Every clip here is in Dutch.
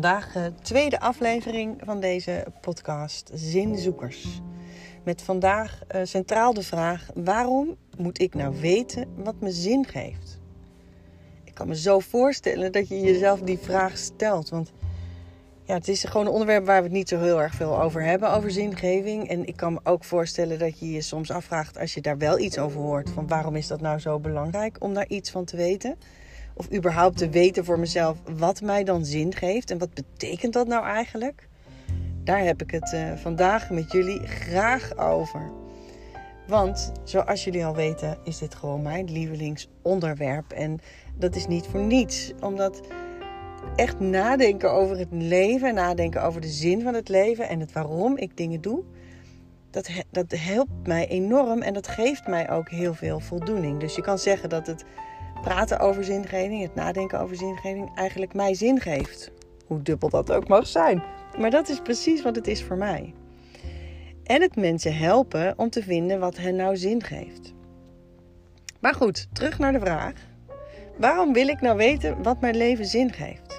Vandaag de tweede aflevering van deze podcast Zinzoekers. Met vandaag centraal de vraag: waarom moet ik nou weten wat me zin geeft? Ik kan me zo voorstellen dat je jezelf die vraag stelt. Want ja, het is gewoon een onderwerp waar we het niet zo heel erg veel over hebben, over zingeving. En ik kan me ook voorstellen dat je je soms afvraagt, als je daar wel iets over hoort, van waarom is dat nou zo belangrijk om daar iets van te weten? Of überhaupt te weten voor mezelf wat mij dan zin geeft. En wat betekent dat nou eigenlijk? Daar heb ik het vandaag met jullie graag over. Want zoals jullie al weten is dit gewoon mijn lievelingsonderwerp. En dat is niet voor niets. Omdat echt nadenken over het leven, nadenken over de zin van het leven en het waarom ik dingen doe, dat helpt mij enorm en dat geeft mij ook heel veel voldoening. Dus je kan zeggen dat het praten over zingeving, het nadenken over zingeving, eigenlijk mij zin geeft. Hoe dubbel dat ook mag zijn. Maar dat is precies wat het is voor mij. En het mensen helpen om te vinden wat hen nou zin geeft. Maar goed, terug naar de vraag. Waarom wil ik nou weten wat mijn leven zin geeft?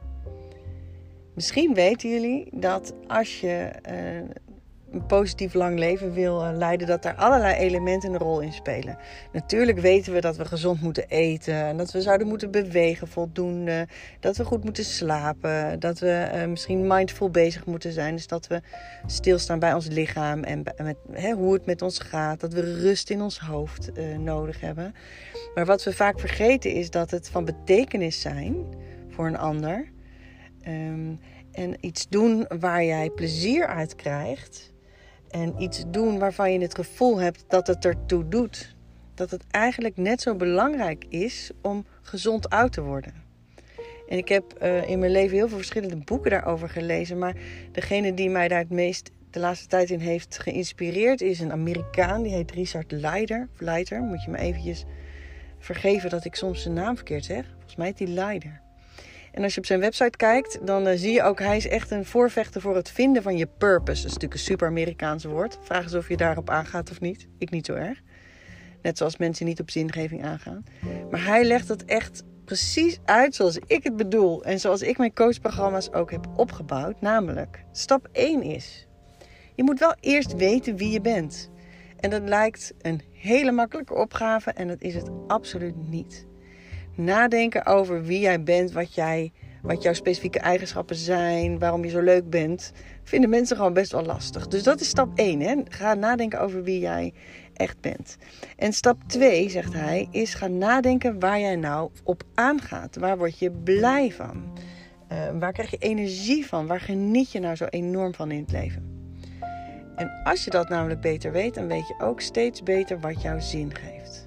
Misschien weten jullie dat als je een positief lang leven wil leiden, dat daar allerlei elementen een rol in spelen. Natuurlijk weten we dat we gezond moeten eten, en dat we zouden moeten bewegen voldoende, dat we goed moeten slapen, dat we misschien mindful bezig moeten zijn, dus dat we stilstaan bij ons lichaam en met hoe het met ons gaat, dat we rust in ons hoofd nodig hebben. Maar wat we vaak vergeten is dat het van betekenis zijn voor een ander en iets doen waar jij plezier uit krijgt. En iets doen waarvan je het gevoel hebt dat het ertoe doet. Dat het eigenlijk net zo belangrijk is om gezond oud te worden. En ik heb in mijn leven heel veel verschillende boeken daarover gelezen. Maar degene die mij daar het meest de laatste tijd in heeft geïnspireerd is een Amerikaan. Die heet Richard Leider. Moet je me eventjes vergeven dat ik soms zijn naam verkeerd zeg. Volgens mij heet hij Leider. En als je op zijn website kijkt, dan zie je ook, hij is echt een voorvechter voor het vinden van je purpose. Dat is natuurlijk een super Amerikaans woord. Vraag eens of je daarop aangaat of niet. Ik niet zo erg. Net zoals mensen niet op zingeving aangaan. Maar hij legt het echt precies uit zoals ik het bedoel. En zoals ik mijn coachprogramma's ook heb opgebouwd. Namelijk, stap 1 is: je moet wel eerst weten wie je bent. En dat lijkt een hele makkelijke opgave en dat is het absoluut niet. Nadenken over wie jij bent, wat jouw specifieke eigenschappen zijn, waarom je zo leuk bent, vinden mensen gewoon best wel lastig. Dus dat is stap 1. Hè? Ga nadenken over wie jij echt bent. En stap 2, zegt hij, is ga nadenken waar jij nou op aangaat. Waar word je blij van? Waar krijg je energie van? Waar geniet je nou zo enorm van in het leven? En als je dat namelijk beter weet, dan weet je ook steeds beter wat jouw zin geeft.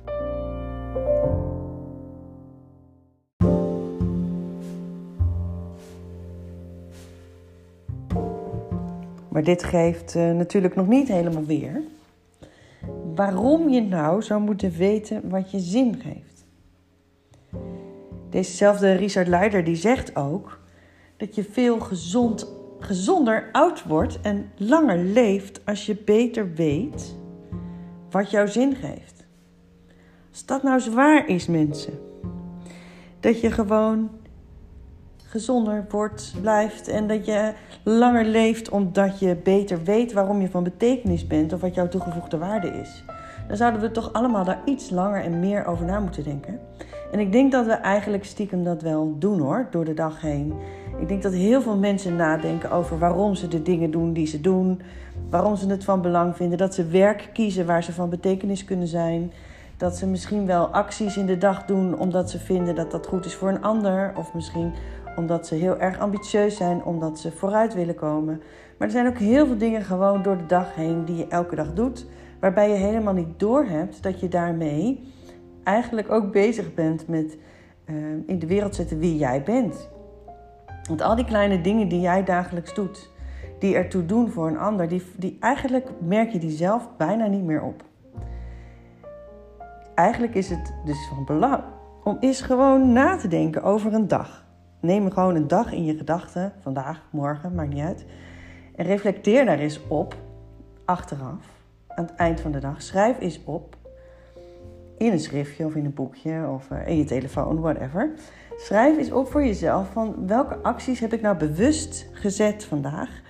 Maar dit geeft natuurlijk nog niet helemaal weer waarom je nou zou moeten weten wat je zin geeft. Dezezelfde Richard Leider die zegt ook dat je veel gezonder oud wordt en langer leeft als je beter weet wat jouw zin geeft. Als dat nou zwaar is, mensen, dat je gewoon gezonder wordt, blijft en dat je langer leeft omdat je beter weet waarom je van betekenis bent of wat jouw toegevoegde waarde is, dan zouden we toch allemaal daar iets langer en meer over na moeten denken. En ik denk dat we eigenlijk stiekem dat wel doen hoor, door de dag heen. Ik denk dat heel veel mensen nadenken over waarom ze de dingen doen die ze doen, waarom ze het van belang vinden, dat ze werk kiezen waar ze van betekenis kunnen zijn, dat ze misschien wel acties in de dag doen omdat ze vinden dat dat goed is voor een ander, of misschien omdat ze heel erg ambitieus zijn, omdat ze vooruit willen komen. Maar er zijn ook heel veel dingen gewoon door de dag heen die je elke dag doet, waarbij je helemaal niet doorhebt dat je daarmee eigenlijk ook bezig bent met in de wereld zetten wie jij bent. Want al die kleine dingen die jij dagelijks doet, die ertoe doen voor een ander, die eigenlijk merk je die zelf bijna niet meer op. Eigenlijk is het dus van belang om eens gewoon na te denken over een dag. Neem gewoon een dag in je gedachten, vandaag, morgen, maakt niet uit. En reflecteer daar eens op, achteraf, aan het eind van de dag. Schrijf eens op in een schriftje of in een boekje of in je telefoon, whatever. Schrijf eens op voor jezelf van welke acties heb ik nou bewust gezet vandaag.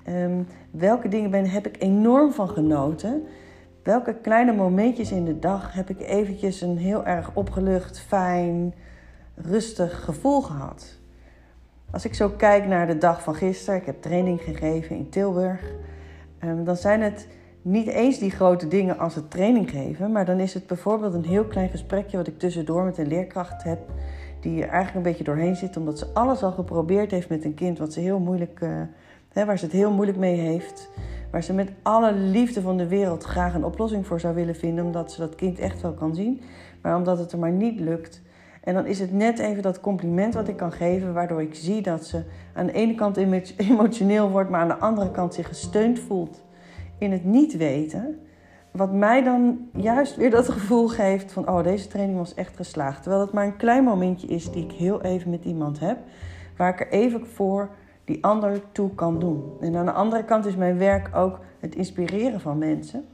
Welke dingen heb ik enorm van genoten. Welke kleine momentjes in de dag heb ik eventjes een heel erg opgelucht, fijn, rustig gevoel gehad. Als ik zo kijk naar de dag van gisteren, ik heb training gegeven in Tilburg. Dan zijn het niet eens die grote dingen als het training geven. Maar dan is het bijvoorbeeld een heel klein gesprekje wat ik tussendoor met een leerkracht heb. Die er eigenlijk een beetje doorheen zit. Omdat ze alles al geprobeerd heeft met een kind wat ze heel moeilijk, waar ze het heel moeilijk mee heeft. Waar ze met alle liefde van de wereld graag een oplossing voor zou willen vinden. Omdat ze dat kind echt wel kan zien. Maar omdat het er maar niet lukt. En dan is het net even dat compliment wat ik kan geven. Waardoor ik zie dat ze aan de ene kant emotioneel wordt. Maar aan de andere kant zich gesteund voelt in het niet weten. Wat mij dan juist weer dat gevoel geeft van... oh, deze training was echt geslaagd. Terwijl het maar een klein momentje is die ik heel even met iemand heb. Waar ik er even voor die ander toe kan doen. En aan de andere kant is mijn werk ook het inspireren van mensen.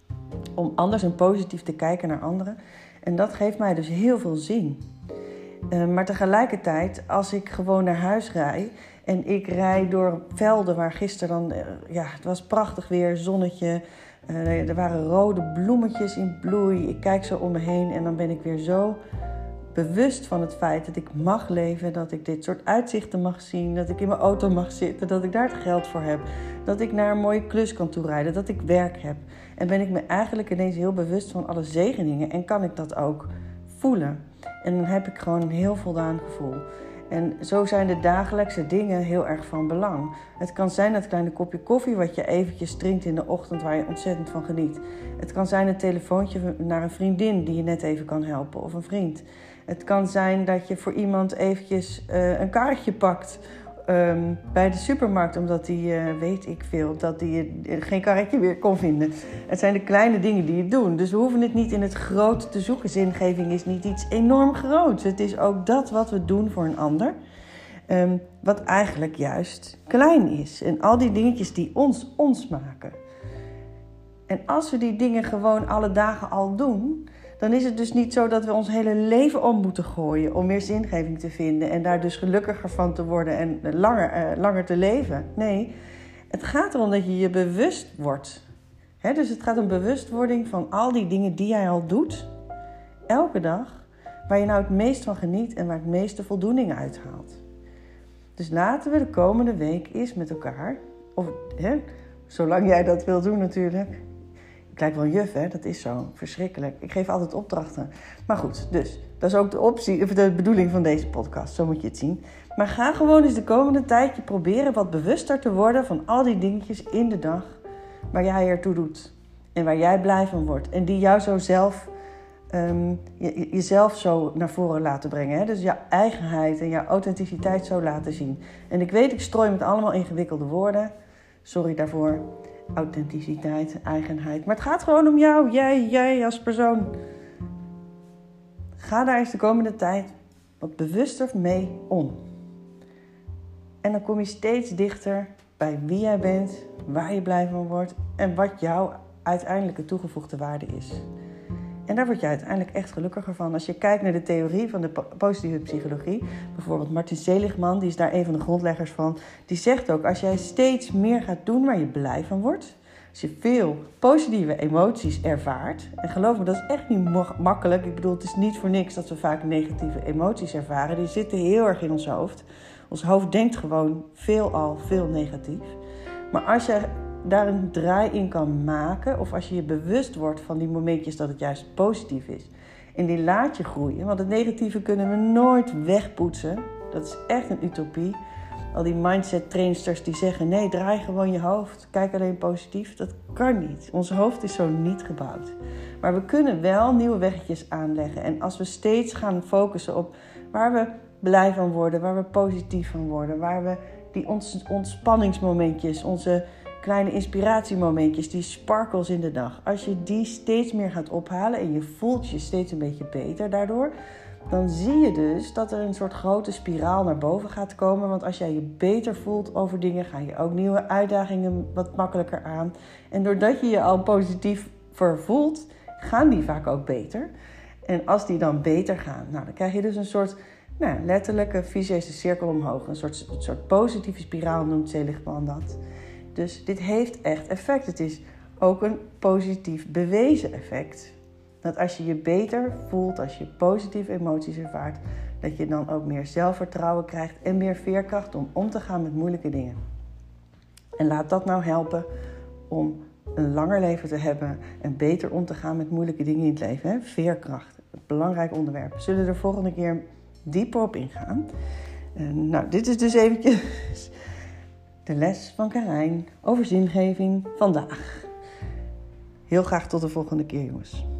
Om anders en positief te kijken naar anderen. En dat geeft mij dus heel veel zin. Maar tegelijkertijd, als ik gewoon naar huis rijd... en ik rijd door velden waar gisteren dan... het was prachtig weer, zonnetje. Er waren rode bloemetjes in bloei. Ik kijk zo om me heen en dan ben ik weer zo bewust van het feit dat ik mag leven. Dat ik dit soort uitzichten mag zien. Dat ik in mijn auto mag zitten. Dat ik daar het geld voor heb. Dat ik naar een mooie klus kan toerijden. Dat ik werk heb. En ben ik me eigenlijk ineens heel bewust van alle zegeningen. En kan ik dat ook voelen. En dan heb ik gewoon een heel voldaan gevoel. En zo zijn de dagelijkse dingen heel erg van belang. Het kan zijn dat kleine kopje koffie wat je eventjes drinkt in de ochtend waar je ontzettend van geniet. Het kan zijn een telefoontje naar een vriendin die je net even kan helpen of een vriend. Het kan zijn dat je voor iemand eventjes een kaartje pakt bij de supermarkt omdat die, weet ik veel, dat die geen karretje meer kon vinden. Het zijn de kleine dingen die je doet. Dus we hoeven het niet in het grote te zoeken. Zingeving is niet iets enorm groots. Het is ook dat wat we doen voor een ander. Wat eigenlijk juist klein is. En al die dingetjes die ons maken. En als we die dingen gewoon alle dagen al doen... dan is het dus niet zo dat we ons hele leven om moeten gooien... om meer zingeving te vinden en daar dus gelukkiger van te worden... en langer te leven. Nee, het gaat erom dat je je bewust wordt. Dus het gaat om bewustwording van al die dingen die jij al doet... elke dag, waar je nou het meest van geniet... en waar het meeste voldoening uithaalt. Dus laten we de komende week eens met elkaar... of zolang jij dat wil doen natuurlijk... Ik lijk wel een juf, hè? Dat is zo. Verschrikkelijk. Ik geef altijd opdrachten. Maar goed, dus dat is ook de bedoeling van deze podcast. Zo moet je het zien. Maar ga gewoon eens de komende tijd je proberen wat bewuster te worden... van al die dingetjes in de dag waar jij ertoe doet. En waar jij blij van wordt. En die jou zo zelf, jezelf zo naar voren laten brengen. Hè? Dus jouw eigenheid en jouw authenticiteit zo laten zien. En ik weet, ik strooi met allemaal ingewikkelde woorden. Sorry daarvoor. Authenticiteit, eigenheid. Maar het gaat gewoon om jou, jij als persoon. Ga daar eens de komende tijd wat bewuster mee om. En dan kom je steeds dichter bij wie jij bent, waar je blij van wordt en wat jouw uiteindelijke toegevoegde waarde is. En daar word je uiteindelijk echt gelukkiger van. Als je kijkt naar de theorie van de positieve psychologie, bijvoorbeeld Martin Seligman, die is daar een van de grondleggers van, die zegt ook, als jij steeds meer gaat doen waar je blij van wordt, als je veel positieve emoties ervaart, en geloof me, dat is echt niet makkelijk. Ik bedoel, het is niet voor niks dat we vaak negatieve emoties ervaren. Die zitten heel erg in ons hoofd. Ons hoofd denkt gewoon veel negatief. Maar als je daar een draai in kan maken, of als je je bewust wordt van die momentjes dat het juist positief is, en die laat je groeien, want het negatieve kunnen we nooit wegpoetsen. Dat is echt een utopie. Al die mindset trainsters die zeggen, nee, draai gewoon je hoofd, kijk alleen positief. Dat kan niet. Ons hoofd is zo niet gebouwd. Maar we kunnen wel nieuwe weggetjes aanleggen. En als we steeds gaan focussen op waar we blij van worden, waar we positief van worden, waar we die ontspanningsmomentjes, onze kleine inspiratiemomentjes, die sparkles in de dag, als je die steeds meer gaat ophalen en je voelt je steeds een beetje beter daardoor, dan zie je dus dat er een soort grote spiraal naar boven gaat komen. Want als jij je beter voelt over dingen, ga je ook nieuwe uitdagingen wat makkelijker aan. En doordat je je al positief voelt, gaan die vaak ook beter. En als die dan beter gaan, nou, dan krijg je dus een soort letterlijke vicieuze cirkel omhoog. Een soort positieve spiraal noemt Seligman dat. Dus dit heeft echt effect. Het is ook een positief bewezen effect. Dat als je je beter voelt, als je positieve emoties ervaart, dat je dan ook meer zelfvertrouwen krijgt en meer veerkracht om te gaan met moeilijke dingen. En laat dat nou helpen om een langer leven te hebben en beter om te gaan met moeilijke dingen in het leven. Hè? Veerkracht, een belangrijk onderwerp. We zullen er volgende keer dieper op ingaan. Nou, dit is dus eventjes de les van Karijn over zingeving vandaag. Heel graag tot de volgende keer, jongens.